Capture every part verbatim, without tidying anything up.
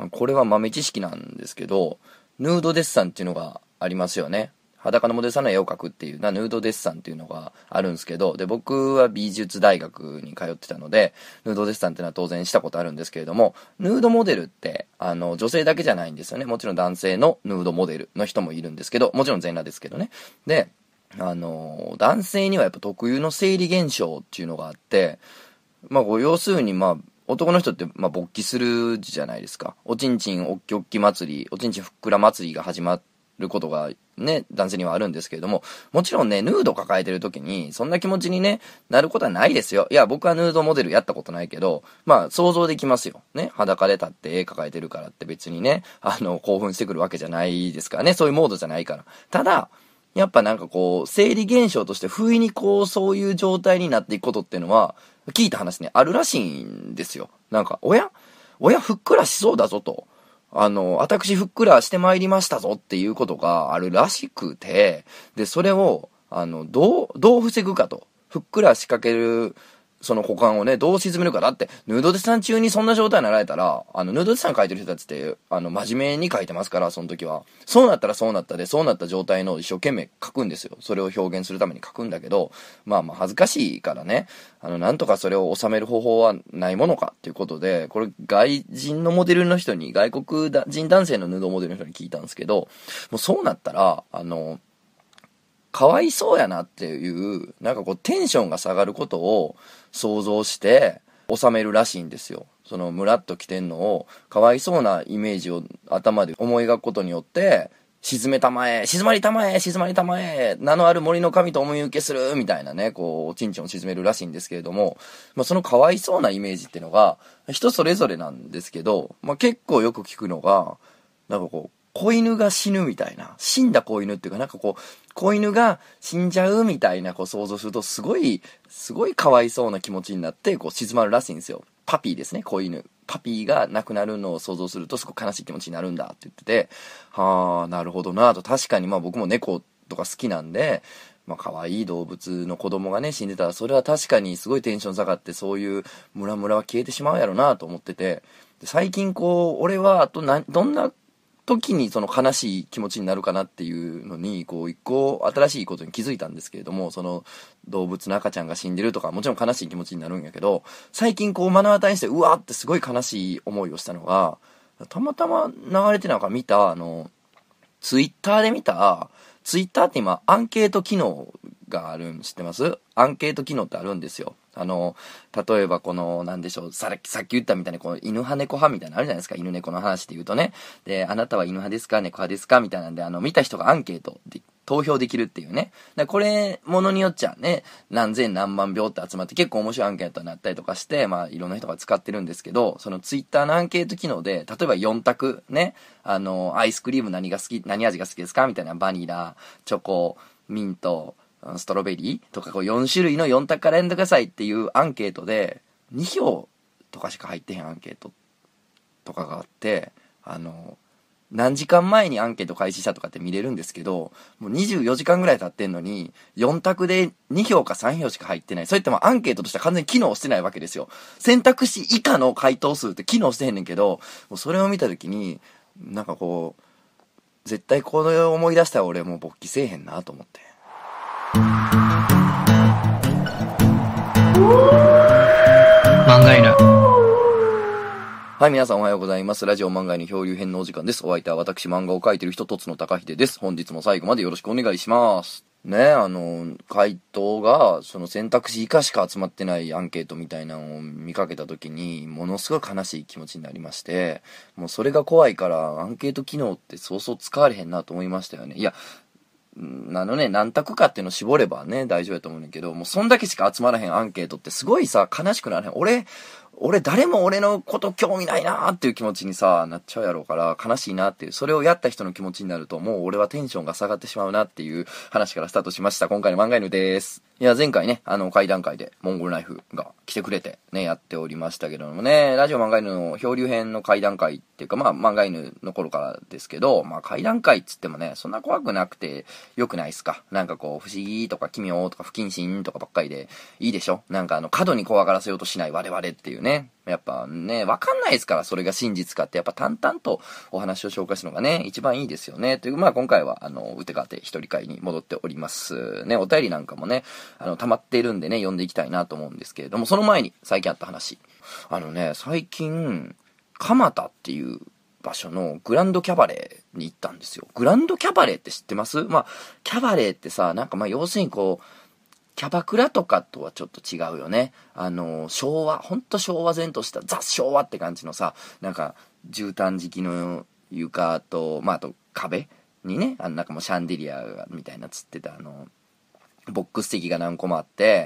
これは豆知識なんですけど、ヌードデッサンっていうのがありますよね。裸のモデルさんの絵を描くっていうな、ヌードデッサンっていうのがあるんですけど、で、僕は美術大学に通ってたので、ヌードデッサンっていうのは当然したことあるんですけれども、ヌードモデルって、あの、女性だけじゃないんですよね。もちろん男性のヌードモデルの人もいるんですけど、もちろん全裸ですけどね。で、あの、男性にはやっぱ特有の生理現象っていうのがあって、まあ、要するに、まあ、男の人って、まあ、勃起するじゃないですか。おちんちんおっきおっき祭り、おちんちんふっくら祭りが始まることがね、男性にはあるんですけれども、もちろんね、ヌード抱えてる時に、そんな気持ちにね、なることはないですよ。いや、僕はヌードモデルやったことないけど、まあ、想像できますよ。ね、裸で立って絵抱えてるからって別にね、あの、興奮してくるわけじゃないですからね、そういうモードじゃないから。ただ、やっぱなんかこう、生理現象として不意にこう、そういう状態になっていくことっていうのは、聞いた話ね、あるらしいんですよ。なんか、おやおやふっくらしそうだぞと。あの、私ふっくらしてまいりましたぞっていうことがあるらしくて、で、それを、あの、どう、どう防ぐかと。ふっくら仕掛ける、その股間をね、どう沈めるか。だって、ヌードデッサン中にそんな状態になられたら、あの、ヌードデッサン書いてる人たちって、あの、真面目に書いてますから、その時は。そうなったらそうなったで、そうなった状態の一生懸命書くんですよ。それを表現するために書くんだけど、まあまあ恥ずかしいからね、あの、なんとかそれを収める方法はないものかっていうことで、これ、外人のモデルの人に、外国人男性のヌードモデルの人に聞いたんですけど、もうそうなったら、あの、かわいそうやなっていう、なんかこうテンションが下がることを想像して収めるらしいんですよ。そのムラっと来てんのをかわいそうなイメージを頭で思い描くことによって、沈めたまえ、静まりたまえ、静まりたまえ、名のある森の神と思い受けするみたいなね、こう、おちんちんを沈めるらしいんですけれども、まあそのかわいそうなイメージっていうのが人それぞれなんですけど、まあ結構よく聞くのが、なんかこう、子犬が死ぬみたいな、死んだ子犬っていうかなんかこう、子犬が死んじゃうみたいなこう想像するとすごい、すごいかわいそうな気持ちになってこう静まるらしいんですよ。パピーですね、子犬。パピーが亡くなるのを想像するとすごく悲しい気持ちになるんだって言ってて、はあ、なるほどなと。確かにまあ僕も猫とか好きなんで、まあ可愛い動物の子供がね死んでたらそれは確かにすごいテンション下がってそういうムラムラは消えてしまうやろなと思ってて、で最近こう俺はあとなどんな時にその悲しい気持ちになるかなっていうのにこう一個新しいことに気づいたんですけれども、その動物の赤ちゃんが死んでるとかもちろん悲しい気持ちになるんやけど、最近こう目の当たりにしてうわーってすごい悲しい思いをしたのが、たまたま流れてなんか見たあのツイッターで見た、ツイッターって今アンケート機能があるん知ってます？アンケート機能ってあるんですよ。あの、例えばこの、なんでしょう、さっき、さっき言ったみたいに、この犬派猫派みたいなのあるじゃないですか、犬猫の話で言うとね。で、あなたは犬派ですか猫派ですかみたいなんで、あの、見た人がアンケートで投票できるっていうね。だこれ、ものによっちゃね、何千何万票って集まって結構面白いアンケートになったりとかして、まあ、いろんな人が使ってるんですけど、そのツイッターのアンケート機能で、例えばよん択ね、あの、アイスクリーム何が好き、何味が好きですかみたいな、バニラ、チョコ、ミント、ストロベリーとかこうよん種類のよん択から選んでくださいっていうアンケートでに票とかしか入ってへんアンケートとかがあって、あの何時間前にアンケート開始したとかって見れるんですけど、もうにじゅうよじかんぐらい経ってんのによん択でに票かさん票しか入ってない。それってもうアンケートとしては完全に機能してないわけですよ。選択肢以下の回答数って機能してへんねんけど、もうそれを見た時になんかこう絶対この思い出したら俺もう勃起せえへんなと思って。 漫画犬。 はい、皆さんおはようございます。ラジオ漫画犬漂流編のお時間です。お相手は私、漫画を描いてる人、とつの高秀です。本日も最後までよろしくお願いします。ね、あの、回答が、その選択肢以下しか集まってないアンケートみたいなのを見かけたときに、ものすごい悲しい気持ちになりまして、もうそれが怖いから、アンケート機能ってそうそう使われへんなと思いましたよね。いや、あのね、何択かっていうのを絞ればね、大丈夫だと思うんだけど、もうそんだけしか集まらへんアンケートってすごいさ、悲しくならへん。俺、俺誰も俺のこと興味ないなーっていう気持ちにさ、なっちゃうやろうから、悲しいなっていう、それをやった人の気持ちになると、もう俺はテンションが下がってしまうなっていう話からスタートしました。今回の漫画犬です。いや、前回ね、あの、会談会で、モンゴルナイフが来てくれて、ね、やっておりましたけどもね、ラジオ漫画犬の漂流編の会談会っていうか、まあ、漫画犬の頃からですけど、まあ、会談会っつってもね、そんな怖くなくてよくないっすか。なんかこう、不思議とか奇妙とか不謹慎とかばっかりでいいでしょ。なんかあの、過度に怖がらせようとしない我々っていうね。 やっぱね、わかんないですから、それが真実かって、やっぱ淡々とお話を紹介するのがね、一番いいですよね。という、まあ今回は、あの、うてかて一人会に戻っております。ね、お便りなんかもね、あの、溜まっているんでね、読んでいきたいなと思うんですけれども、その前に最近あった話。あのね、最近、蒲田っていう場所のグランドキャバレーに行ったんですよ。グランドキャバレーって知ってます？まあ、キャバレーってさ、なんかまあ要するにこう、キャバクラとかとはちょっと違うよね。あの、昭和、ほんと昭和然としたザ・昭和って感じのさ、なんか、絨毯敷きの床と、まあ、あと壁にね、あの、なんかもうシャンデリアがみたいなつってた、あの、ボックス席が何個もあって、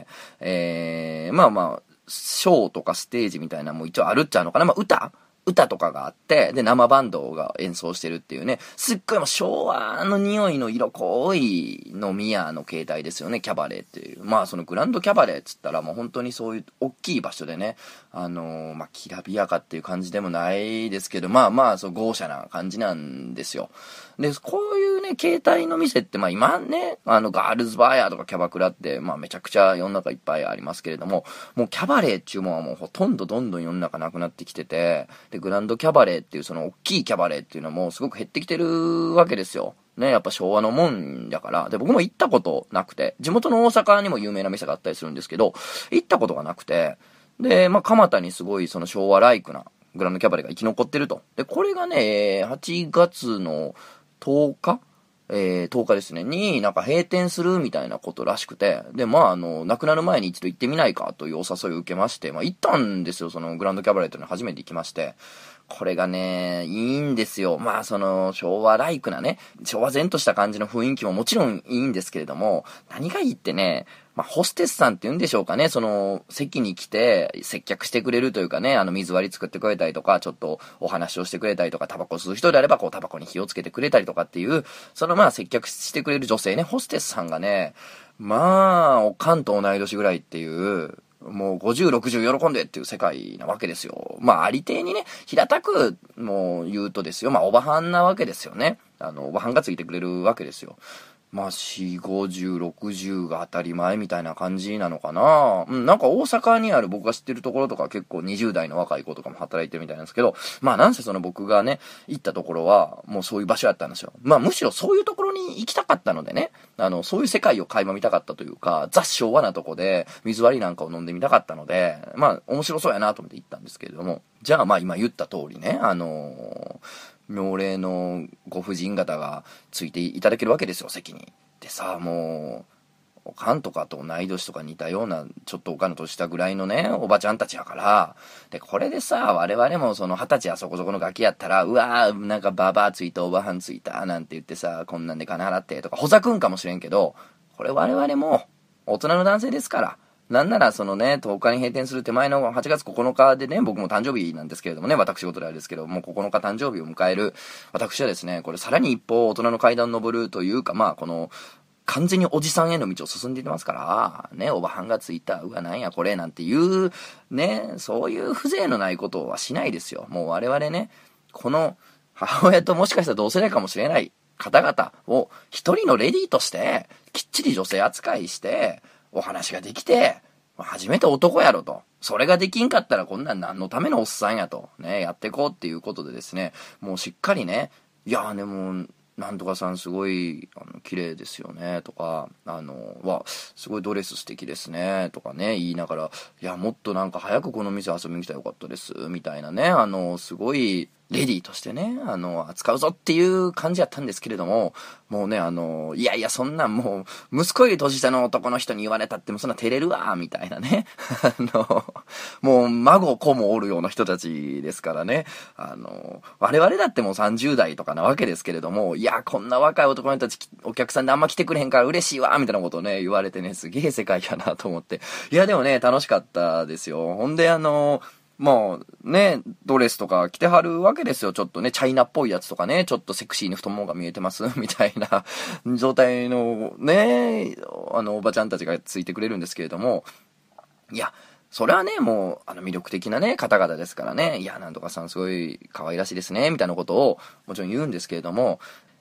えー、まあまあ、ショーとかステージみたいなのも一応あるっちゃうのかな。まあ、歌歌とかがあって、で、生バンドが演奏してるっていうね、すっごいもう昭和の匂いの色濃い飲み屋の形態ですよね、キャバレーっていう。まあ、そのグランドキャバレーっつったらもう本当にそういう大きい場所でね、あのー、まあ、きらびやかっていう感じでもないですけど、まあまあ、そう、豪奢な感じなんですよ。で、こういうね、形態の店って、まあ今ね、あの、ガールズバーヤーとかキャバクラって、まあめちゃくちゃ世の中いっぱいありますけれども、もうキャバレーっていうものはもうほとんどどんどん世の中なくなってきてて、で、グランドキャバレーっていうその大きいキャバレーっていうのもすごく減ってきてるわけですよ。ね、やっぱ昭和のもんだから。で、僕も行ったことなくて、地元の大阪にも有名な店があったりするんですけど、行ったことがなくて、で、まあ蒲田にすごいその昭和ライクなグランドキャバレーが生き残ってると。で、これがね、はちがつのとおかえー、とおかですね、に、なんか閉店するみたいなことらしくて、で、まあ、あの、亡くなる前に一度行ってみないかというお誘いを受けまして、まあ、行ったんですよ、そのグランドキャバレーというのに初めて行きまして。これがね、いいんですよ。まあ、その、昭和ライクなね、昭和然とした感じの雰囲気ももちろんいいんですけれども、何がいいってね、まあ、ホステスさんって言うんでしょうかね、その、席に来て、接客してくれるというかね、あの、水割り作ってくれたりとか、ちょっとお話をしてくれたりとか、タバコ吸う人であれば、こう、タバコに火をつけてくれたりとかっていう、そのまあ、接客してくれる女性ね、ホステスさんがね、まあ、おかんと同い年ぐらいっていう、もうごじゅう、ろくじゅう喜んでっていう世界なわけですよ。まあ、ありていにね、平たく、もう言うとですよ、まあ、おばはんなわけですよね。あの、おばはんがついてくれるわけですよ。まあ、よん、ごじゅう、ろくじゅうが当たり前みたいな感じなのかな。うん、なんか大阪にある僕が知ってるところとか結構にじゅう代の若い子とかも働いてるみたいなんですけど、まあなんせその僕がね、行ったところはもうそういう場所やったんですよ。まあむしろそういうところに行きたかったのでね、あの、そういう世界を垣間見たかったというか、ザ昭和なとこで水割りなんかを飲んでみたかったので、まあ面白そうやなと思って行ったんですけれども、じゃあまあ今言った通りね、あのー、妙齢のご婦人方がついていただけるわけですよ、席に。でさ、もう、おかんとかと同い年とか似たような、ちょっとおかんの年したぐらいのね、おばちゃんたちやから、で、これでさ、我々もその二十歳やそこそこのガキやったら、うわー、なんかババアついた、おばはんついた、なんて言ってさ、こんなんで金払って、とか、ほざくんかもしれんけど、これ我々も、大人の男性ですから、なんならそのね、とおかに閉店する手前のはちがつここのかでね、僕も誕生日なんですけれどもね、私事であれですけども、ここのか誕生日を迎える私はですね、これさらに一歩大人の階段を登るというか、まあこの、完全におじさんへの道を進んでいってますから、ね、おばはんがついた、うわ、なんやこれ、なんていう、ね、そういう風情のないことはしないですよ。もう我々ね、この母親ともしかしたら同世代かもしれない方々を一人のレディーとして、きっちり女性扱いして、お話ができて、初めて男やろと。それができんかったらこんなん何のためのおっさんやと。ね、やってこうっていうことでですね、もうしっかりね、いやーでも、なんとかさんすごい、あの、綺麗ですよね、とか、あの、わ、すごいドレス素敵ですね、とかね、言いながら、いや、もっとなんか早くこの店遊びに来たらよかったです、みたいなね、あの、すごい、レディーとしてね、あの、扱うぞっていう感じやったんですけれども、もうね、あの、いやいや、そんなんもう、息子より年下の男の人に言われたってもそんな照れるわ、みたいなね。あの、もう、孫子もおるような人たちですからね。あの、我々だってもうさんじゅう代とかなわけですけれども、いや、こんな若い男の人たち、お客さんであんま来てくれへんから嬉しいわ、みたいなことをね、言われてね、すげえ世界やなと思って。いや、でもね、楽しかったですよ。ほんで、あの、まあね、ドレスとか着てはるわけですよ。ちょっとね、チャイナっぽいやつとかね、ちょっとセクシーに太ももが見えてますみたいな状態のね、あの、おばちゃんたちがついてくれるんですけれども、いや、それはね、もう、あの、魅力的なね、方々ですからね、いや、なんとかさんすごい可愛らしいですね、みたいなことを、もちろん言うんですけれども、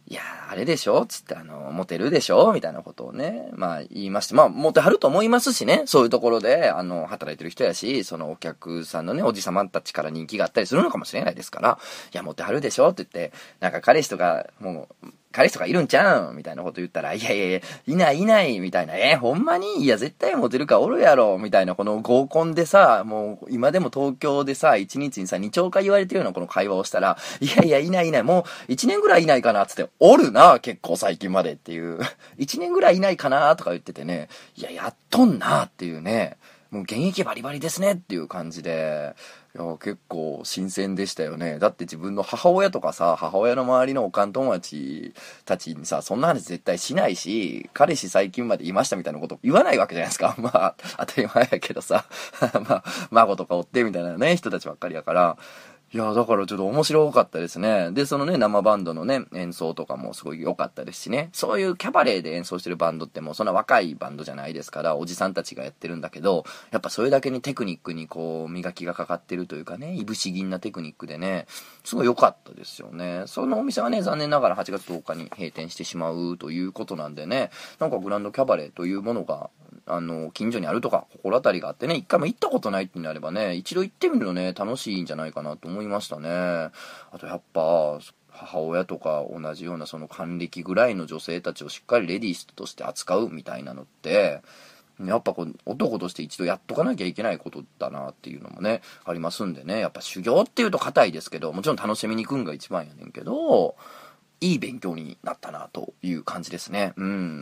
いやー、あれでしょつって、あの、モテるでしょみたいなことをね、まあ言いまして、まあ、モテはると思いますしね、そういうところで、あの、働いてる人やし、そのお客さんのね、おじさまたちから人気があったりするのかもしれないですから、いや、モテはるでしょって言って、なんか彼氏とか、もう、彼氏とかいるんちゃうんみたいなこと言ったら、いやいやいや、いないいないみたいな、えー、ほんまにいや、絶対モテるかおるやろみたいな、この合コンでさ、もう、今でも東京でさ、一日にさ、にちょうか言われてるようなこの会話をしたら、いやいや、いないいない、もう、いちねんぐらいいないかな、つって、おるな、結構最近までっていう。いちねんぐらいいないかな、とか言っててね、いや、やっとんな、っていうね、もう現役バリバリですね、っていう感じで、いや、結構新鮮でしたよね。だって自分の母親とかさ、母親の周りのおかん友達たちにさ、そんな話絶対しないし、彼氏最近までいましたみたいなこと言わないわけじゃないですか。まあ、当たり前やけどさ、まあ、孫とかおってみたいなね、人たちばっかりやから、いや、だからちょっと面白かったですね。で、そのね、生バンドのね、演奏とかもすごい良かったですしね。そういうキャバレーで演奏してるバンドってもうそんな若いバンドじゃないですから、おじさんたちがやってるんだけど、やっぱそれだけにテクニックにこう、磨きがかかってるというかね、いぶし銀なテクニックでね、すごい良かったですよね。そのお店はね、残念ながらはちがつとおかに閉店してしまうということなんでね、なんかグランドキャバレーというものが、あの、近所にあるとか、心当たりがあってね、一回も行ったことないってなればね、一度行ってみるのね、楽しいんじゃないかなと思いましたね。あとやっぱ、母親とか同じようなその還暦ぐらいの女性たちをしっかりレディースとして扱うみたいなのって、やっぱこう、男として一度やっとかなきゃいけないことだなっていうのもね、ありますんでね、やっぱ修行っていうと硬いですけど、もちろん楽しみに行くんが一番やねんけど、いい勉強になったなという感じですね。うん。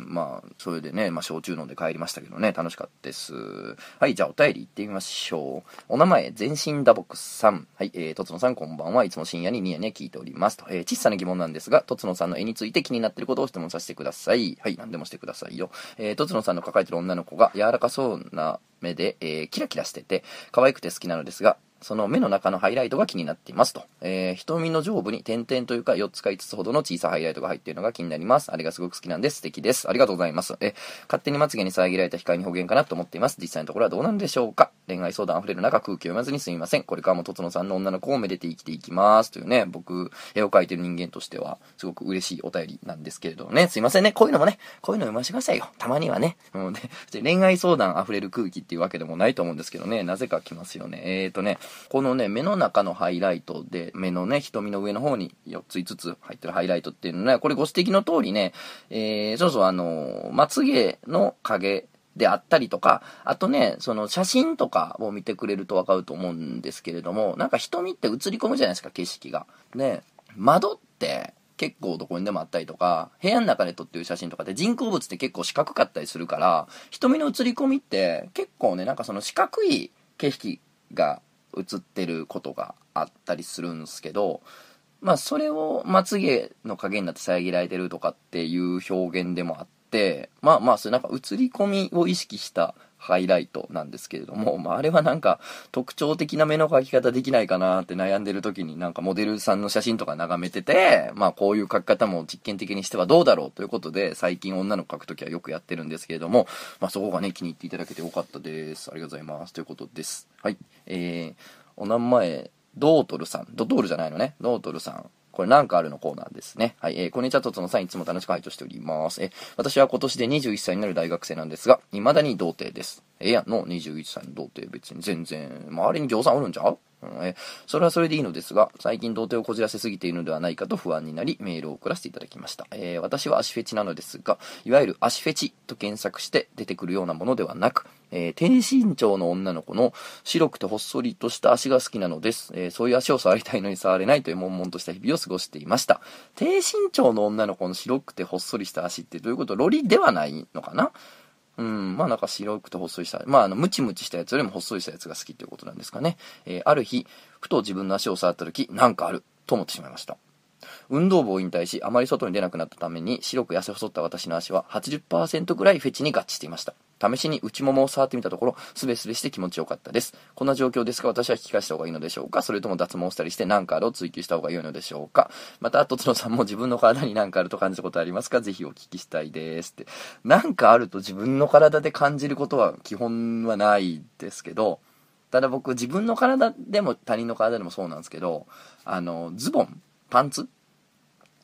まあ、それでね、まあ、焼酎飲んで帰りましたけどね、楽しかったです。はい、じゃあお便り行ってみましょう。お名前、全身打撲さん。はい、えー、とつのさんこんばんはいつも深夜にニヤニヤ聞いておりますと。えー、小さな疑問なんですが、とつのさんの絵について気になっていることを質問させてください。はい、何でもしてくださいよ。えー、とつのさんの抱えてる女の子が柔らかそうな目で、えー、キラキラしてて、可愛くて好きなのですが、その目の中のハイライトが気になっていますと。えー、瞳の上部に点々というかよっつかいつつほどの小さいハイライトが入っているのが気になります。あれがすごく好きなんです。素敵です。ありがとうございます。え、勝手にまつげに遮られた光に表現かなと思っています。実際のところはどうなんでしょうか。恋愛相談溢れる中空気を読まずにすみません。これからもとつのさんの女の子をめでて生きていきます。というね、僕、絵を描いてる人間としてはすごく嬉しいお便りなんですけれどもね。すいませんね。こういうのもね、こういうの読ませてくださいよ。たまにはね。もうね、恋愛相談溢れる空気っていうわけでもないと思うんですけどね。なぜか来ますよね。えーとね、このね、目の中のハイライトで、目のね、瞳の上の方によっついつつ入ってるハイライトっていうのね、これご指摘の通りね、えー、そうそう、あの、まつげの影であったりとか、あとね、その写真とかを見てくれるとわかると思うんですけれども、なんか瞳って映り込むじゃないですか、景色が。ね、窓って、結構どこにでもあったりとか、部屋の中で撮ってる写真とかで人工物って結構四角かったりするから、瞳の映り込みって結構ね、なんかその四角い景色が映ってることがあったりするんですけど、まあそれをまつげの影になって遮られてるとかっていう表現でもあって、まあまあそれなんか映り込みを意識したハイライトなんですけれども、まああれはなんか特徴的な目の描き方できないかなって悩んでる時になんかモデルさんの写真とか眺めてて、まあこういう描き方も実験的にしてはどうだろうということで最近女の子描く時はよくやってるんですけれども、まあそこがね気に入っていただけてよかったです。ありがとうございます。ということです。はい。えー、お名前、ドートルさん。ドトールじゃないのね。ドートルさん。これなんかあるのコーナーですね。はい。えー、こんにちは、とつのさん。いつも楽しく拝聴しております。えー、私は今年でにじゅういっさいになる大学生なんですが、未だに童貞です。ええやんのにじゅういっさいの童貞別に全然、周りに餃子おるんちゃううん、えそれはそれでいいのですが、最近童貞をこじらせすぎているのではないかと不安になり、メールを送らせていただきました。えー、私は足フェチなのですが、いわゆる足フェチと検索して出てくるようなものではなく、えー、低身長の女の子の白くてほっそりとした足が好きなのです。えー、そういう足を触りたいのに触れないという悶々とした日々を過ごしていました。低身長の女の子の白くてほっそりした足ってどういうこと？ロリではないのかな？うん、まあなんか白くて細いした、まああの、ムチムチしたやつよりも細いしたやつが好きということなんですかね。えー、ある日、ふと自分の足を触った時、なんかある、と思ってしまいました。運動部を引退し、あまり外に出なくなったために、白く痩せ細った私の足は はちじゅっパーセント ぐらいフェチに合致していました。試しに内ももを触ってみたところ、スベスベして気持ちよかったです。こんな状況ですが、私は引き返した方がいいのでしょうか？それとも脱毛したりして何かあるを追求した方がいいのでしょうか？また、とつのさんも自分の体に何かあると感じたことありますか？ぜひお聞きしたいです。って。何かあると自分の体で感じることは基本はないですけど、ただ僕、自分の体でも他人の体でもそうなんですけど、あの、ズボン、パンツ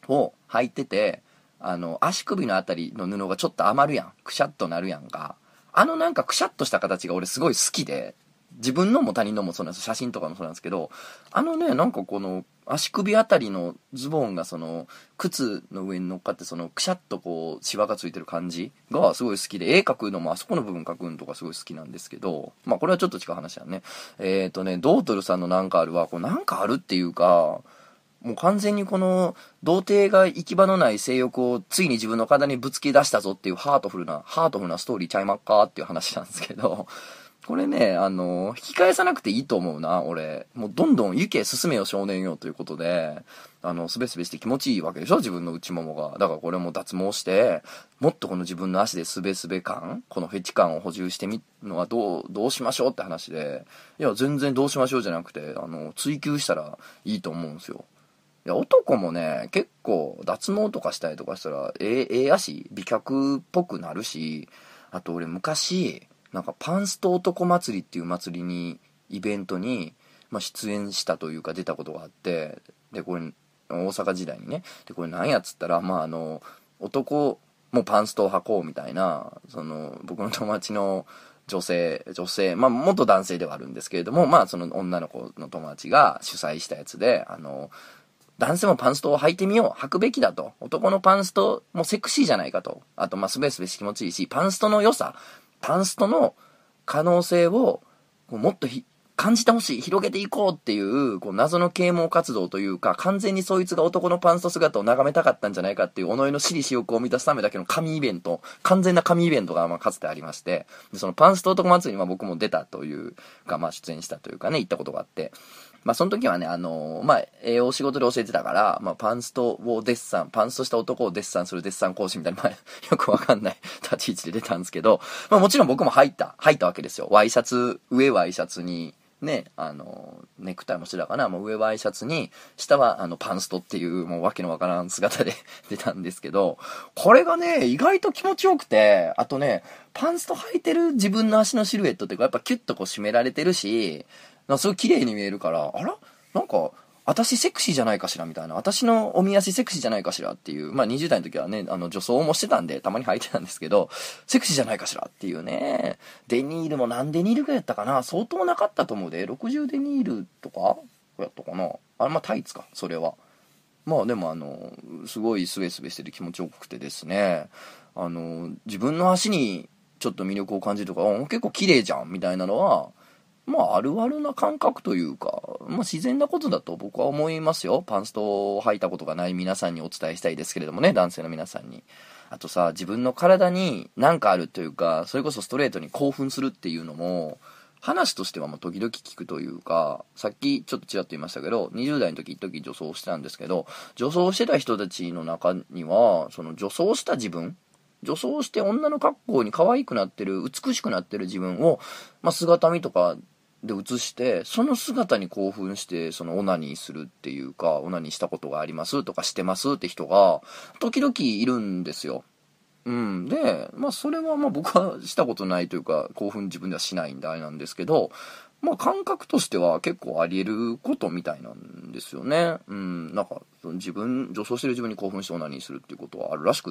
を履いてて、あの足首のあたりの布がちょっと余るやん、くしゃっとなるやんか。あのなんかくしゃっとした形が俺すごい好きで、自分のも他人のもそうなんです、写真とかもそうなんですけど、あのね、なんかこの足首あたりのズボンがその靴の上に乗っかって、そのくしゃっとこうシワがついてる感じがすごい好きで、絵描くのもあそこの部分描くのとかすごい好きなんですけど、まあこれはちょっと違う話だね。えっとね、ドートルさんのなんかあるは、こうなんかあるっていうか、もう完全にこの童貞が行き場のない性欲をついに自分の体にぶつけ出したぞっていうハートフルなハートフルなストーリーちゃいまっかっていう話なんですけど、これね、あの引き返さなくていいと思うな。俺もうどんどん行け進めよ少年よということで、あのスベスベして気持ちいいわけでしょ、自分の内ももが。だからこれも脱毛して、もっとこの自分の足でスベスベ感、このフェチ感を補充してみるのはどうどうしましょうって話で、いや全然どうしましょうじゃなくて、あの追求したらいいと思うんですよ。いや男もね、結構脱毛とかしたりとかしたらええええやし、美脚っぽくなるし、あと俺昔なんかパンスト男祭りっていう祭りに、イベントに、まあ、出演したというか出たことがあって、でこれ大阪時代にね、でこれ何やっつったら、まああの男もパンストを履こうみたいな、その僕の友達の女性女性まあ元男性ではあるんですけれども、まあその女の子の友達が主催したやつで、あの男性もパンストを履いてみよう、履くべきだと、男のパンストもセクシーじゃないかと、あとまあスベスベし気持ちいいし、パンストの良さ、パンストの可能性をもっと感じてほしい、広げていこうっていう、こう謎の啓蒙活動というか、完全にそいつが男のパンスト姿を眺めたかったんじゃないかっていう己の私利私欲を満たすためだけの神イベント、完全な神イベントがまあかつてありまして、でそのパンスト男祭りにまあ僕も出たというか、まあ出演したというかね、行ったことがあって、まあその時はね、あのー、まあ、ええお仕事で教えてたから、まあパンストをデッサン、パンストした男をデッサンするデッサン講師みたいな、まあよくわかんない立ち位置で出たんですけど、まあもちろん僕も入った、入ったわけですよ。ワイシャツ、上ワイシャツに、ね、あの、ネクタイもしてたかな、もう上ワイシャツに、下はあのパンストっていう、もうわけのわからん姿で出たんですけど、これがね、意外と気持ちよくて、あとね、パンスト履いてる自分の足のシルエットっていうか、やっぱキュッとこう締められてるし、なんかすごい綺麗に見えるから、あらなんか、私セクシーじゃないかしらみたいな。私のおみ足セクシーじゃないかしらっていう。まあにじゅう代の時はね、あの女装もしてたんで、たまに履いてたんですけど、セクシーじゃないかしらっていうね。デニールも何デニールぐらいやったかな、相当なかったと思うで。ろくじゅうデニールとかやったかな。あれまあタイツか、それは。まあでもあの、すごいスベスベしてて気持ちよくてですね。あの、自分の足にちょっと魅力を感じるとか、結構綺麗じゃんみたいなのは、まああるあるな感覚というか、まあ自然なことだと僕は思いますよ。パンストを履いたことがない皆さんにお伝えしたいですけれどもね、男性の皆さんに。あとさ、自分の体に何かあるというか、それこそストレートに興奮するっていうのも、話としてはもう時々聞くというか、さっきちょっとちらっと言いましたけど、にじゅう代の時一時女装してたんですけど、女装してた人たちの中には、その女装した自分、女装して女の格好に可愛くなってる、美しくなってる自分を、まあ、姿見とかで映して、その姿に興奮して、そのオナニーするっていうか、オナニーしたことがありますとかしてますって人が、時々いるんですよ。うん。で、まあそれはまあ僕はしたことないというか、興奮自分ではしないんであれなんですけど、まあ感覚としては結構あり得ることみたいなんですよね。うん。なんか、自分、女装してる自分に興奮してオナニーするっていうことはあるらしくって、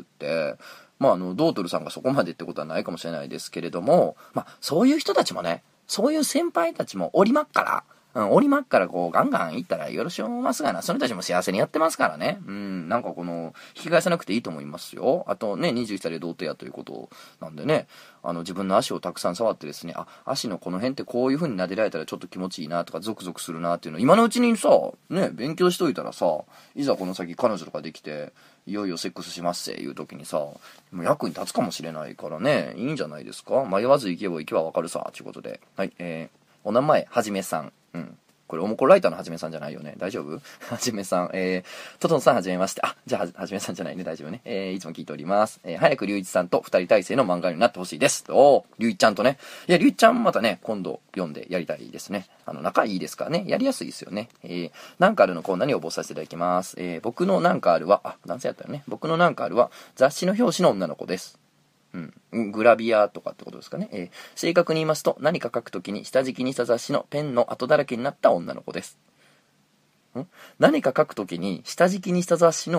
まああの、ドートルさんがそこまでってことはないかもしれないですけれども、まあそういう人たちもね、そういう先輩たちもおりまっから、うん、おりまっからこうガンガン行ったらよろしおますがな、その人たちも幸せにやってますからね。うん、なんかこの、引き返さなくていいと思いますよ。あとね、にじゅういっさいで童貞やということなんでね、あの自分の足をたくさん触ってですね、あ、足のこの辺ってこういう風に撫でられたらちょっと気持ちいいなとか、ゾクゾクするなっていうのを今のうちにさ、ね、勉強しといたらさ、いざこの先彼女とかできて、いよいよセックスしますっていう時にさ、もう役に立つかもしれないからね、いいんじゃないですか。迷わず行けば行けばわかるさ、ということで。はい、えー、お名前、はじめさん。うん。これ、おもこライターのはじめさんじゃないよね。大丈夫？はじめさん。えー、トトンさんはじめまして。あ、じゃあ、はじめさんじゃないね。大丈夫ね。えー、いつも聞いております。えー、早くりゅういちさんと二人体制の漫画になってほしいです。おー、りゅういちちゃんとね。いや、りゅういちちゃんまたね、今度読んでやりたいですね。あの、仲いいですからね。やりやすいですよね。えー、なんかあるのコーナーに応募させていただきます。えー、僕のなんかあるは、あ、男性やったよね。僕のなんかあるは、雑誌の表紙の女の子です。うん、グラビアとかってことですかね、えー、正確に言いますと何か書くときに下敷きにした雑誌のペンの跡だらけになった女の子です。ん何か書くときに下敷きにした雑誌の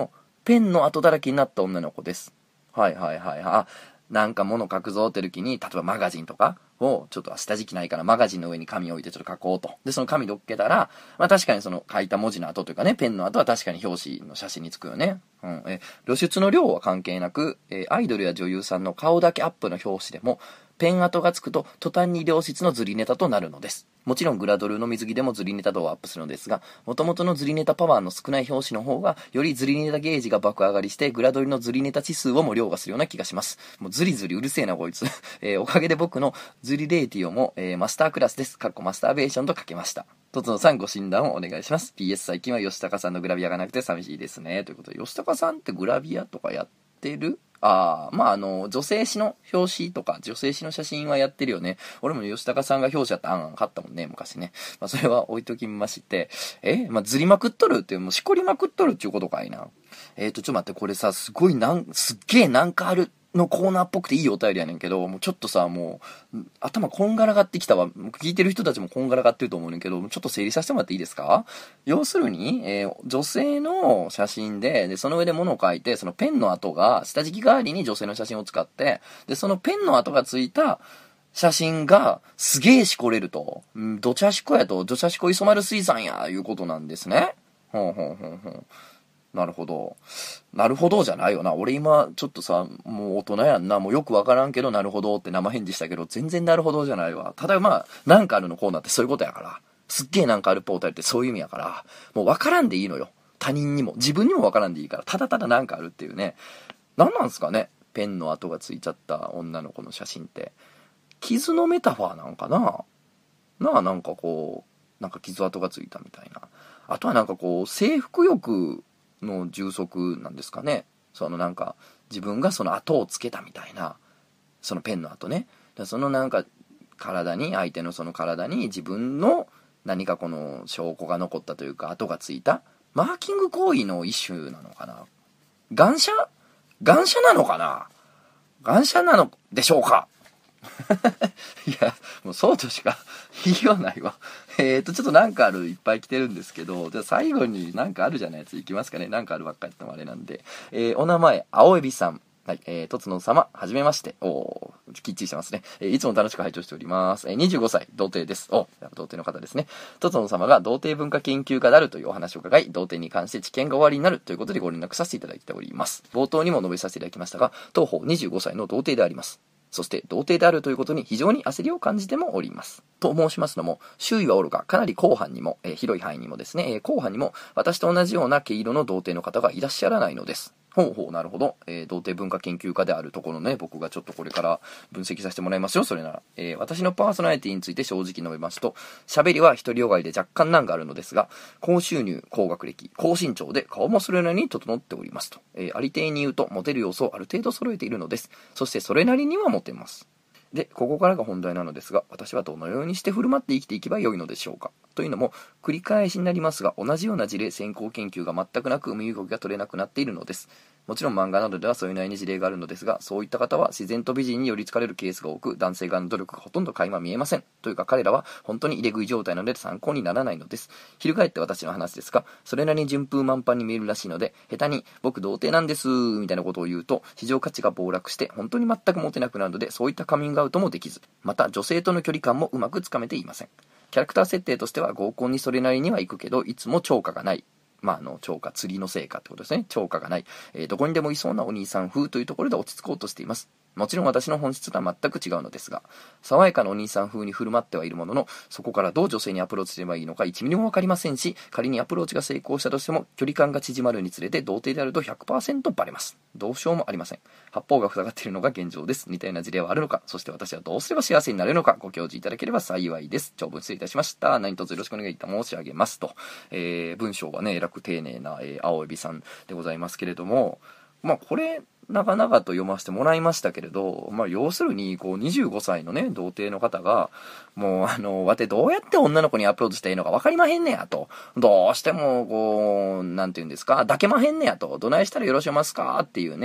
ペンの跡だらけになった女の子です。はいはいはい。あ、なんか物書くぞって時に、例えばマガジンとかを、ちょっと下敷きないからマガジンの上に紙を置いてちょっと書こうと。で、その紙どっけたら、まあ確かにその書いた文字の跡というかね、ペンの跡は確かに表紙の写真につくよね。うん。え、露出の量は関係なく、えアイドルや女優さんの顔だけアップの表紙でも、ペン跡がつくと途端に良質のズリネタとなるのです。もちろんグラドルの水着でもズリネタ度をアップするのですが、元々のズリネタパワーの少ない表紙の方が、よりズリネタゲージが爆上がりして、グラドルのズリネタ指数をも凌駕するような気がします。もうズリズリうるせえなこいつ。えー、おかげで僕のズリレーティオも、えー、マスタークラスです。かっこマスターベーションと書けました。とつのさんご診断をお願いします。ピーエス 最近は吉高さんのグラビアがなくて寂しいですね。ということで、吉高さんってグラビアとかやってる？ああ、まああの、女性誌の表紙とか、女性誌の写真はやってるよね。俺も吉高さんが表紙やった案買ったもんね、昔ね。まあそれは置いときまして、えまあずりまくっとるって、もうしこりまくっとるっていうことかいな。えーと、ちょっと待って、これさ、すごいなん、すっげえなんかあるのコーナーっぽくていいお便りやねんけど、もうちょっとさ、もう、頭こんがらがってきたわ。聞いてる人たちもこんがらがってると思うねんけど、ちょっと整理させてもらっていいですか？要するに、えー、女性の写真で、で、その上で物を書いて、そのペンの跡が、下敷き代わりに女性の写真を使って、で、そのペンの跡がついた写真が、すげえしこれると。うん、どちゃしこやと、どちゃしこ磯丸水産や、いうことなんですね。ほんほんほんほん。なるほど。なるほどじゃないよな。俺今、ちょっとさ、もう大人やんな。もうよくわからんけど、なるほどって生返事したけど、全然なるほどじゃないわ。ただまあ、なんかあるのコーナーってそういうことやから。すっげえなんかあるポータルってそういう意味やから。もうわからんでいいのよ。他人にも。自分にもわからんでいいから。ただただなんかあるっていうね。なんなんすかね。ペンの跡がついちゃった女の子の写真って。傷のメタファーなんかな。なあ、なんかこう、なんか傷跡がついたみたいな。あとはなんかこう、征服欲の充足なんですかね。そのなんか自分がその跡をつけたみたいな、そのペンの跡ね。そのなんか体に、相手のその体に自分の何かこの証拠が残ったというか跡がついたマーキング行為の一種なのかな。願書願書なのかな。願書なのでしょうか。いや、もうそうとしか言いようないわ。えーと、ちょっとなんかあるいっぱい来てるんですけど、じゃあ最後になんかあるじゃないやついきますかね。なんかあるばっかりってもあれなんで。えー、お名前、青エビさん。はい、えー、とつの様、はじめまして。おー、きっちりしてますね。えー、いつも楽しく拝聴しております。えー、にじゅうごさい、童貞です。お、童貞の方ですね。とつの様が童貞文化研究家であるというお話を伺い、童貞に関して知見が終わりになるということでご連絡させていただいております。冒頭にも述べさせていただきましたが、当方にじゅうごさいの童貞であります。そして童貞であるということに非常に焦りを感じてもおります。と申しますのも、周囲はおろか、かなり広範にも、えー、広い範囲にもですね、えー、広範にも、私と同じような毛色の童貞の方がいらっしゃらないのです。ほうほう、なるほど。えー、童貞文化研究家であるところね、僕がちょっとこれから分析させてもらいますよ、それなら。えー、私のパーソナリティについて正直述べますと、喋りは独りよがりで若干難があるのですが、高収入、高学歴、高身長で顔もそれなりに整っておりますと。えー、ありていに言うと、モテる要素をある程度揃えているのです。そしてそれなりにはモテます。で、ここからが本題なのですが、私はどのようにして振る舞って生きていけばよいのでしょうか。というのも、繰り返しになりますが、同じような事例先行研究が全くなく身動きが取れなくなっているのです。もちろん漫画などではそういう内に事例があるのですが、そういった方は自然と美人に寄りつかれるケースが多く、男性側の努力がほとんど垣間見えません。というか彼らは本当に入れ食い状態なので参考にならないのです。翻って私の話ですが、それなりに順風満帆に見えるらしいので、下手に僕童貞なんですみたいなことを言うと、市場価値が暴落して本当に全くモテなくなるので、そういったカミングアウトもできず、また女性との距離感もうまくつかめていません。キャラクター設定としては合コンにそれなりには行くけど、いつも超過がない。まあ、あの、超過、釣りの成果ってことですね。超過がない。えー、どこにでもいそうなお兄さん風というところで落ち着こうとしています。もちろん私の本質とは全く違うのですが、爽やかなお兄さん風に振る舞ってはいるものの、そこからどう女性にアプローチすればいいのかいちミリもわかりませんし、仮にアプローチが成功したとしても、距離感が縮まるにつれて童貞であると ひゃくパーセント バレます。どうしようもありません。八方が塞がっているのが現状です。似たような事例はあるのか、そして私はどうすれば幸せになれるのか、ご教示いただければ幸いです。長文失礼いたしました。何卒よろしくお願いいた申し上げますと。えー、文章はね、えらく丁寧な、えー、青エビさんでございますけれども、まあこれ、長々と読ませてもらいましたけれど、まあ要するに、こうにじゅうごさいのね、童貞の方が、もうあの、わてどうやって女の子にアプローチしたらいいのか分かりまへんねやと。どうしても、こう、なんていうんですか、抱けまへんねやと。どないしたらよろしおますかっていうね、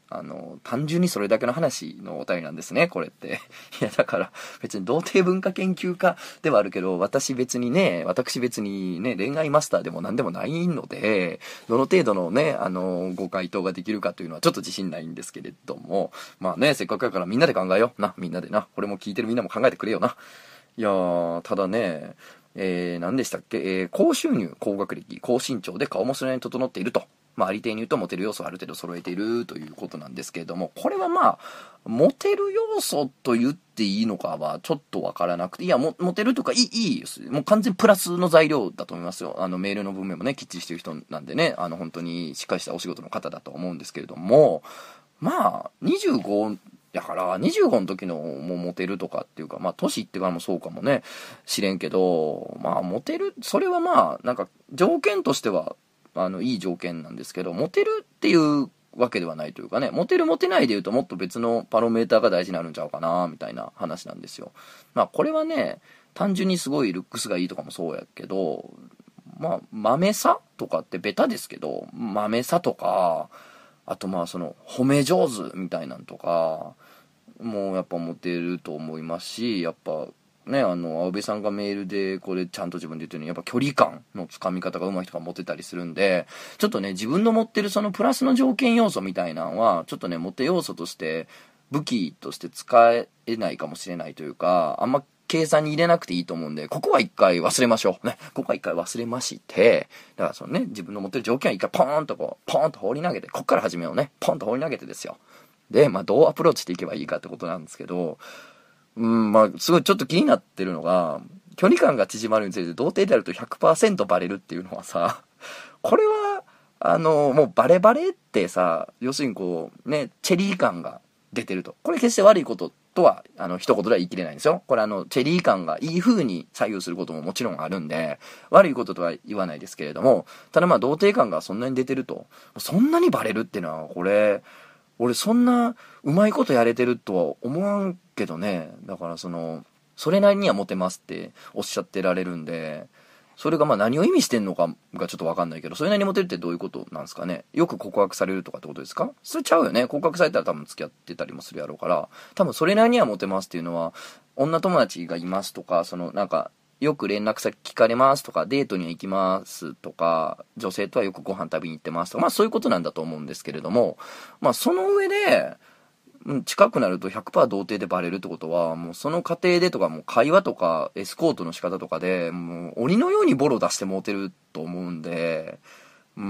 あの、単純にそれだけの話のお便りなんですね、これって。いや、だから、別に童貞文化研究家ではあるけど、私別にね、私別にね、恋愛マスターでも何でもないので、どの程度のね、あの、ご回答ができるかというのはちょっと自信ないんですけれども、まあね、せっかくだからみんなで考えよう。な、みんなでな。これも聞いてるみんなも考えてくれよな。いやー、ただね、えー、何でしたっけ、えー、高収入、高学歴、高身長で顔もそれなりに整っていると。まあ、ありていに言うとモテる要素をある程度揃えているということなんですけれども、これはまあ、モテる要素と言っていいのかはちょっとわからなくて、いや、モテるとかいい、いいです。もう完全プラスの材料だと思いますよ。あの、メールの文面もね、きっちりしてる人なんでね、あの、本当にしっかりしたお仕事の方だと思うんですけれども、まあ、にじゅうごやから、にじゅうごの時のもうモテるとかっていうか、まあ、年いってからもそうかもね、知れんけど、まあ、モテる、それはまあ、なんか、条件としては、あのいい条件なんですけど、モテるっていうわけではないというかね、モテるモテないでいうともっと別のパロメーターが大事になるんちゃうかなみたいな話なんですよ。まあこれはね、単純にすごいルックスがいいとかもそうやけど、まあ豆さとかってベタですけど、豆さとか、あとまあその褒め上手みたいなんとかもうやっぱモテると思いますし、やっぱね、あの青部さんがメールでこれちゃんと自分で言ってるように、やっぱ距離感のつかみ方が上手い人が持ってたりするんで、ちょっとね、自分の持ってるそのプラスの条件要素みたいなのはちょっとね、モテ要素として武器として使えないかもしれないというか、あんま計算に入れなくていいと思うんで、ここは一回忘れましょうね。ここは一回忘れまして、だからそのね、自分の持ってる条件は一回ポーンとこうポーンと放り投げて、こっから始めようね、ポーンと放り投げてですよ。で、まあどうアプローチしていけばいいかってことなんですけど、うん、まあ、すごいちょっと気になってるのが、距離感が縮まるにつれて童貞であると ひゃくパーセント バレるっていうのはさ、これは、あの、もうバレバレってさ、要するにこう、ね、チェリー感が出てると。これ決して悪いこととは、あの、一言では言い切れないんですよ。これあの、チェリー感がいい風に左右することももちろんあるんで、悪いこととは言わないですけれども、ただまあ、童貞感がそんなに出てると、そんなにバレるっていうのは、これ、俺そんなうまいことやれてるとは思わんけどね。だからそのそれなりにはモテますっておっしゃってられるんで、それがまあ何を意味してんのかがちょっと分かんないけど、それなりにモテるってどういうことなんですかね。よく告白されるとかってことですか？それちゃうよね。告白されたら多分付き合ってたりもするやろうから、多分それなりにはモテますっていうのは、女友達がいますとか、そのなんかよく連絡先聞かれますとか、デートには行きますとか、女性とはよくご飯食べに行ってますとか、まあそういうことなんだと思うんですけれども、まあその上で、近くなると ひゃくパーセント 童貞でバレるってことは、もうその過程でとか、もう会話とかエスコートの仕方とかで、もう鬼のようにボロ出してモテると思うんで、うん、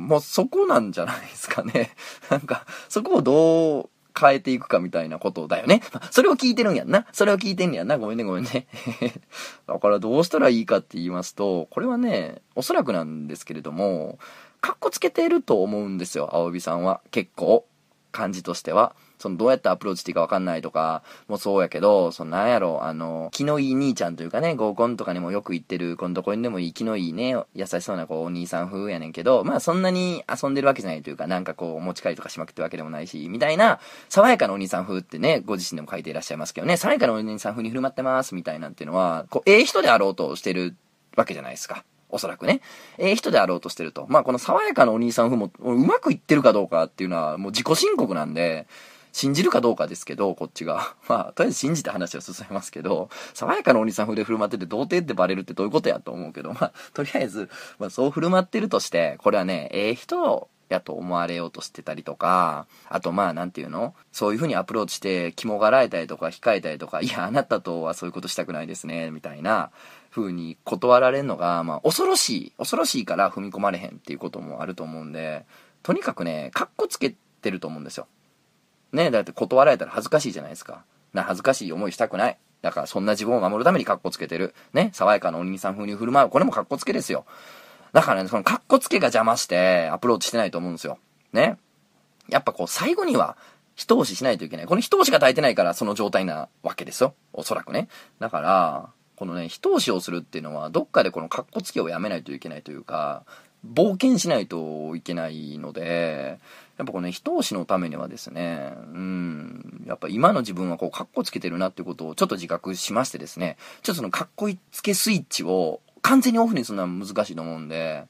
もうそこなんじゃないですかね。なんか、そこをどう変えていくかみたいなことだよね。それを聞いてるんやんな。それを聞いてんねやんな。ごめんねごめんね。だからどうしたらいいかって言いますと、これはね、おそらくなんですけれども、カッコつけてると思うんですよ、青帯さんは。結構、感じとしては。そのどうやってアプローチしていいか分かんないとかもそうやけど、そのなんやろ、あの気のいい兄ちゃんというかね、合コンとかにもよく行ってる、今度こにでもいい気のいいね、優しそうなこうお兄さん風やねんけど、まあそんなに遊んでるわけじゃないというか、なんかこうお持ち帰りとかしまくってるわけでもないしみたいな、爽やかなお兄さん風ってね、ご自身でも書いていらっしゃいますけどね、爽やかなお兄さん風に振る舞ってますみたいなんていうのは、こうええ人であろうとしてるわけじゃないですか。おそらくね。ええ人であろうとしてると。まあこの爽やかなお兄さん風もうまくいってるかどうかっていうのはもう自己申告なんで、信じるかどうかですけど、こっちが。まあ、とりあえず信じて話を進めますけど、爽やかなお兄さん風で振る舞ってて童貞ってバレるってどういうことやと思うけど、まあ、とりあえず、まあそう振る舞ってるとして、これはね、ええ人やと思われようとしてたりとか、あとまあなんていうの、そういう風にアプローチして肝がらえたりとか控えたりとか、いやあなたとはそういうことしたくないですねみたいな風に断られるのが、まあ恐ろしい恐ろしいから踏み込まれへんっていうこともあると思うんで、とにかくね、カッコつけてると思うんですよね。だって断られたら恥ずかしいじゃないですか。な恥ずかしい思いしたくない。だからそんな自分を守るためにカッコつけてるね、爽やかなお兄さん風に振る舞う、これもカッコつけですよ。だからね、そのカッコつけが邪魔してアプローチしてないと思うんですよ。ね。やっぱこう最後には一押ししないといけない。この一押しが足りてないからその状態なわけですよ。おそらくね。だから、このね、一押しをするっていうのは、どっかでこのカッコつけをやめないといけないというか、冒険しないといけないので、やっぱこのね、一押しのためにはですね、うん、やっぱ今の自分はこうカッコつけてるなっていうことをちょっと自覚しましてですね、ちょっとそのカッコつけスイッチを完全にオフにするのは難しいと思うんで、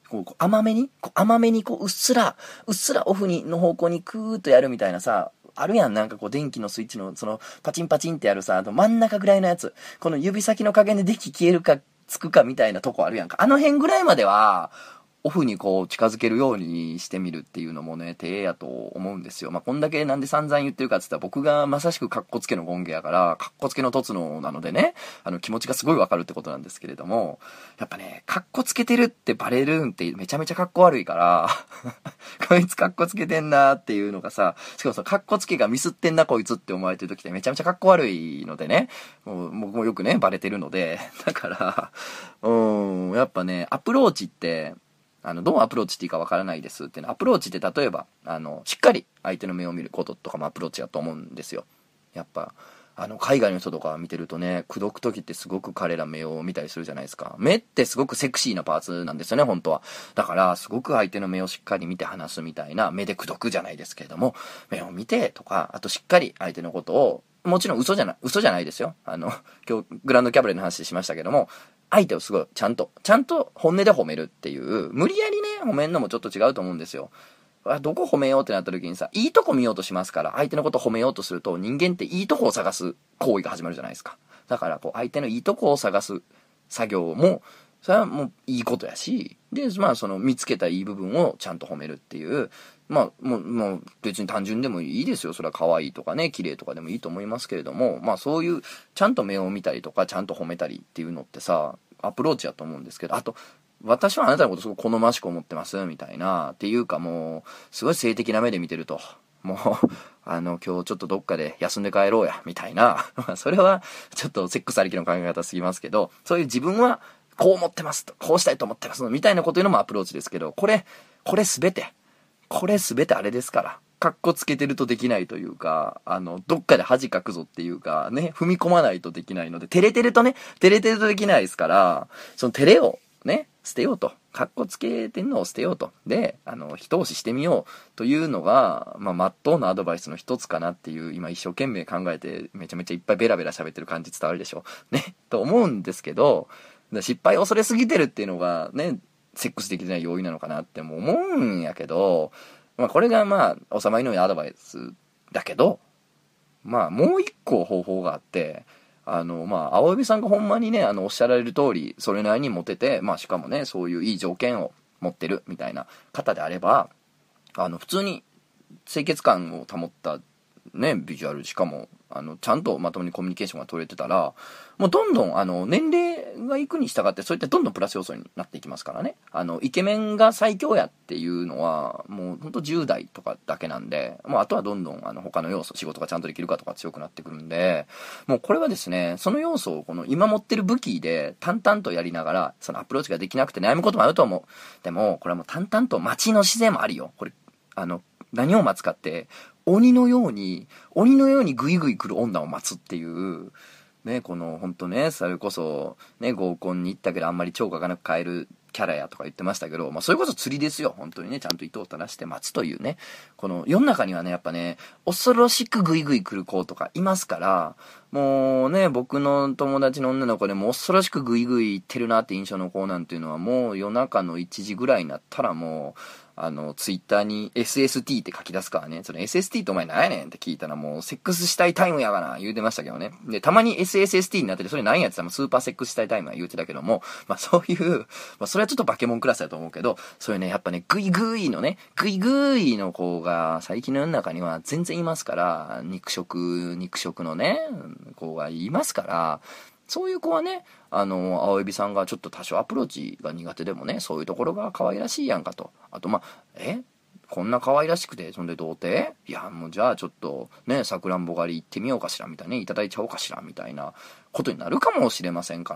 こうこう甘めに、こう甘めにこううっすら、うっすらオフにの方向にクーッとやるみたいなさ、あるやん、なんかこう電気のスイッチのそのパチンパチンってやるさ、あと真ん中ぐらいのやつ、この指先の加減で電気消えるかつくかみたいなとこあるやんか。あの辺ぐらいまでは、オフにこう近づけるようにしてみるっていうのもね、手やと思うんですよ。まあ、こんだけなんで散々言ってるかって言ったら僕がまさしくカッコつけのゴンゲやから、カッコつけの凸のなのでね、あの気持ちがすごいわかるってことなんですけれども、やっぱね、カッコつけてるってバレるんってめちゃめちゃカッコ悪いから、こいつカッコつけてんなっていうのがさ、しかもそのカッコつけがミスってんなこいつって思われてる時ってめちゃめちゃカッコ悪いのでね、もう僕もよくね、バレてるので、だから、うーん、やっぱね、アプローチって、あの、どうアプローチしていいかわからないですってね、アプローチって例えば、あの、しっかり相手の目を見ることとかもアプローチだと思うんですよ。やっぱ、あの、海外の人とか見てるとね、口説く時ってすごく彼ら目を見たりするじゃないですか。目ってすごくセクシーなパーツなんですよね、本当は。だから、すごく相手の目をしっかり見て話すみたいな、目で口説くじゃないですけれども、目を見てとか、あとしっかり相手のことを、もちろん嘘じゃない、嘘じゃないですよ。あの、今日グランドキャバレーの話しましたけども、相手をすごいちゃんと、ちゃんと本音で褒めるっていう、無理やりね、褒めんのもちょっと違うと思うんですよ。どこ褒めようってなった時にさ、いいとこ見ようとしますから、相手のこと褒めようとすると、人間っていいとこを探す行為が始まるじゃないですか。だから、こう、相手のいいとこを探す作業も、それはもういいことやし、で、まあ、その見つけたいい部分をちゃんと褒めるっていう、まあ、もう、もう別に単純でもいいですよ。それは可愛いとかね、綺麗とかでもいいと思いますけれども、まあそういう、ちゃんと目を見たりとか、ちゃんと褒めたりっていうのってさ、アプローチやと思うんですけど、あと、私はあなたのことすごく好ましく思ってます、みたいな、っていうかもう、すごい性的な目で見てると。もう、あの、今日ちょっとどっかで休んで帰ろうや、みたいな。それは、ちょっとセックスありきの考え方すぎますけど、そういう自分は、こう思ってますと、こうしたいと思ってます、みたいなこというのもアプローチですけど、これ、これすべて、これすべてあれですから。カッコつけてるとできないというか、あの、どっかで恥かくぞっていうか、ね、踏み込まないとできないので、照れてるとね、照れてるとできないですから、その照れをね、捨てようと。カッコつけてんのを捨てようと。で、あの、一押ししてみようというのが、まあ、まっとうなアドバイスの一つかなっていう、今一生懸命考えて、めちゃめちゃいっぱいベラベラ喋ってる感じ伝わるでしょ。ね、と思うんですけど、失敗を恐れすぎてるっていうのがね、セックスできてない要因なのかなっても思うんやけど、まあこれがまあ、収まりのいいアドバイスだけど、まあもう一個方法があって、あのまあ、青指さんがほんまにね、あの、おっしゃられる通り、それなりにモテて、まあしかもね、そういういい条件を持ってるみたいな方であれば、あの、普通に清潔感を保ったね、ビジュアル、しかも、あの、ちゃんとまともにコミュニケーションが取れてたら、もうどんどん、あの、年齢がいくに従って、そういったどんどんプラス要素になっていきますからね。あの、イケメンが最強やっていうのは、もうほんとじゅう代とかだけなんで、もうあとはどんどん、あの、他の要素、仕事がちゃんとできるかとか強くなってくるんで、もうこれはですね、その要素をこの今持ってる武器で淡々とやりながら、そのアプローチができなくて悩むこともあると思う。でも、これはもう淡々と街の自然もあるよ。これ、あの、何を待つかって、鬼のように、鬼のようにグイグイ来る女を待つっていう、ね、この、ほんとね、それこそ、ね、合コンに行ったけどあんまり超がなく買えるキャラやとか言ってましたけど、まあそれこそ釣りですよ、本当にね、ちゃんと糸を垂らして待つというね、この世の中にはね、やっぱね、恐ろしくグイグイ来る子とかいますから、もうね、僕の友達の女の子でも恐ろしくグイグイ行ってるなって印象の子なんていうのは、もう夜中のいちじぐらいになったらもう、あの、ツイッターに エスエスティー って書き出すからね。その エスエスティー ってお前何やねんって聞いたらもうセックスしたいタイムやがな言うてましたけどね。で、たまに エスエスエスティー になっててそれ何やってたらスーパーセックスしたいタイムは言うてたけども、まあそういう、まあそれはちょっとバケモンクラスだと思うけど、そういうね、やっぱね、グイグイのね、グイグイの子が最近の世の中には全然いますから、肉食、肉食のね、子がいますから、そういう子はね、あの、青指さんがちょっと多少アプローチが苦手でもね、そういうところが可愛らしいやんかと。あと、まあ、えこんな可愛らしくて、そんで童貞いや、もうじゃあちょっと、ね、さくらんぼ狩り行ってみようかしら、みたいなね、いただいちゃおうかしら、みたいなことになるかもしれませんから、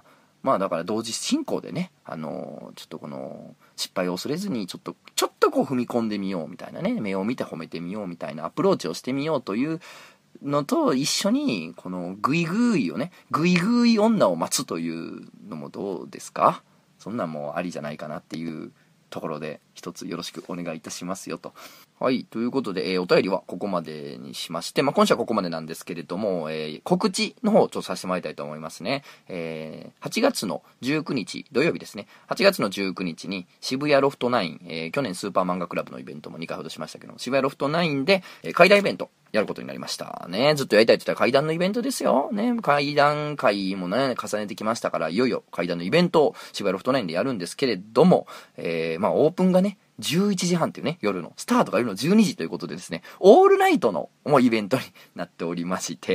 まあだから同時進行でね、あの、ちょっとこの、失敗を恐れずに、ちょっと、ちょっとこう踏み込んでみようみたいなね、目を見て褒めてみようみたいなアプローチをしてみようという、のと一緒にこのグイグイをねグイグイ女を待つというのもどうですか。そんなんもありじゃないかなっていうところで一つよろしくお願いいたしますよと。はい。ということで、えー、お便りはここまでにしまして、まあ、今週はここまでなんですけれども、えー、告知の方をちょっとさせてもらいたいと思いますね。えー、はちがつのじゅうくにち、土曜日ですね。はちがつのじゅうくにちに渋谷ロフトナイン、えー、去年スーパー漫画クラブのイベントもにかいほどしましたけど、渋谷ロフトナインで、えー、怪談イベントやることになりましたね。ずっとやりたいって言ったら怪談のイベントですよ。ね。怪談会もね、重ねてきましたから、いよいよ怪談のイベントを渋谷ロフトナインでやるんですけれども、えー、まあオープンがね、じゅういちじはんっていうね、夜の、スタートが夜のじゅうにじということでですね、オールナイトのもうイベントになっておりまして、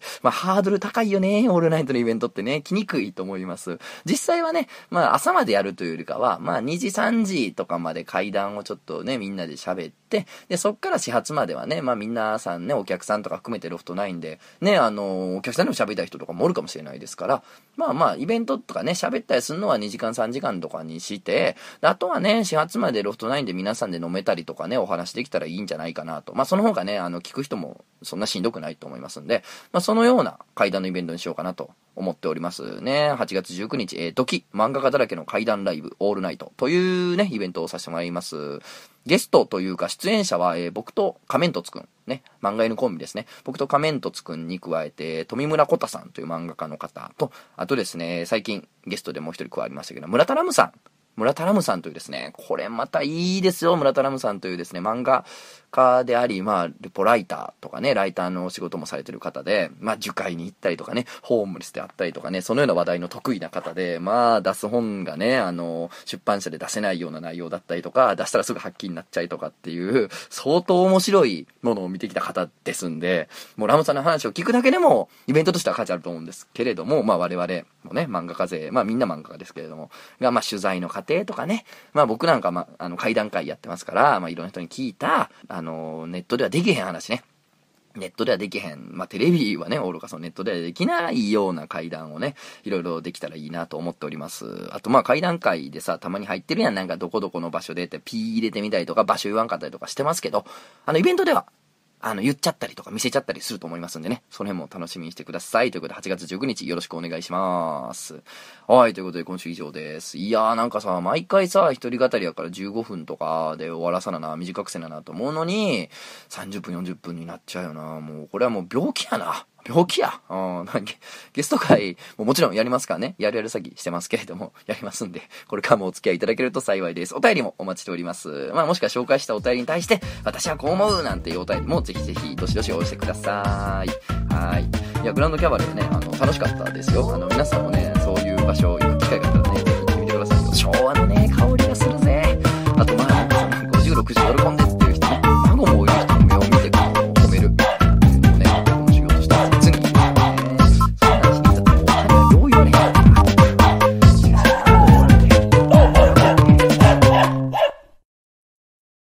まあハードル高いよね、オールナイトのイベントってね、来にくいと思います。実際はね、まあ朝までやるというよりかは、まあにじさんじとかまで怪談をちょっとね、みんなで喋って、で、そっから始発まではね、まあ皆さんね、お客さんとか含めてロフトナインで、ね、あの、お客さんでも喋りたい人とかもおるかもしれないですから、まあまあイベントとかね、喋ったりするのはにじかんさんじかんとかにして、あとはね、始発までロフトナインで皆さんで飲めたりとかね、お話できたらいいんじゃないかなと。まあその方がね、あの、聞く人もそんなしんどくないと思いますんで、まあそのような怪談のイベントにしようかなと思っておりますね。はちがつじゅうくにち、えー、時、漫画家だらけの怪談ライブ、オールナイトというね、イベントをさせてもらいます。ゲストというか出演者は、えー、僕と仮面凸くん、ね、漫画犬コンビですね。僕と仮面凸くんに加えて、富村小太さんという漫画家の方と、あとですね、最近ゲストでもう一人加わりましたけど、村田ラムさん。村田ラムさんというですね、これまたいいですよ、村田ラムさんというですね、漫画家であり、まあ、レポライターとかね、ライターのお仕事もされてる方で、まあ、樹海に行ったりとかね、ホームレスであったりとかね、そのような話題の得意な方で、まあ、出す本がね、あの、出版社で出せないような内容だったりとか、出したらすぐ発揮になっちゃいとかっていう、相当面白いものを見てきた方ですんで、もうラムさんの話を聞くだけでも、イベントとしては価値あると思うんですけれども、まあ、我々もね、漫画家勢、まあ、みんな漫画家ですけれども、が、まあ、取材の過程とかね、まあ僕なんか、まあ、あの、怪談会やってますから、まあいろんな人に聞いた、あの、ネットではできへん話ね。ネットではできへん。まあテレビはね、おろかそのネットではできないような怪談をね、いろいろできたらいいなと思っております。あとまあ怪談会でさ、たまに入ってるやん。なんかどこどこの場所でってピー入れてみたりとか、場所言わんかったりとかしてますけど、あのイベントでは、あの、言っちゃったりとか見せちゃったりすると思いますんでね。その辺も楽しみにしてください。ということで、はちがつじゅうくにちよろしくお願いします。はい、ということで今週以上です。いやーなんかさ、毎回さ、一人語りやからじゅうごふんとかで終わらさなな、短くせななと思うのに、さんじゅっぷんよんじゅっぷんになっちゃうよな。もう、これはもう病気やな。病気や。うん、なんかゲスト会ももちろんやりますからね。やるやる詐欺してますけれども、やりますんで、これからもお付き合いいただけると幸いです。お便りもお待ちしております。まあもしくは紹介したお便りに対して、私はこう思うなんていうお便りもぜひぜひどしどしお寄せください。はい。いや、グランドキャバレーね、あの、楽しかったですよ。あの、皆さんもね、そういう場所、行く機会があったらね、ぜひ行ってみてくださいよ。昭和のね、香りがするぜ。あとまあ、ごじゅう、ろくじゅう喜んで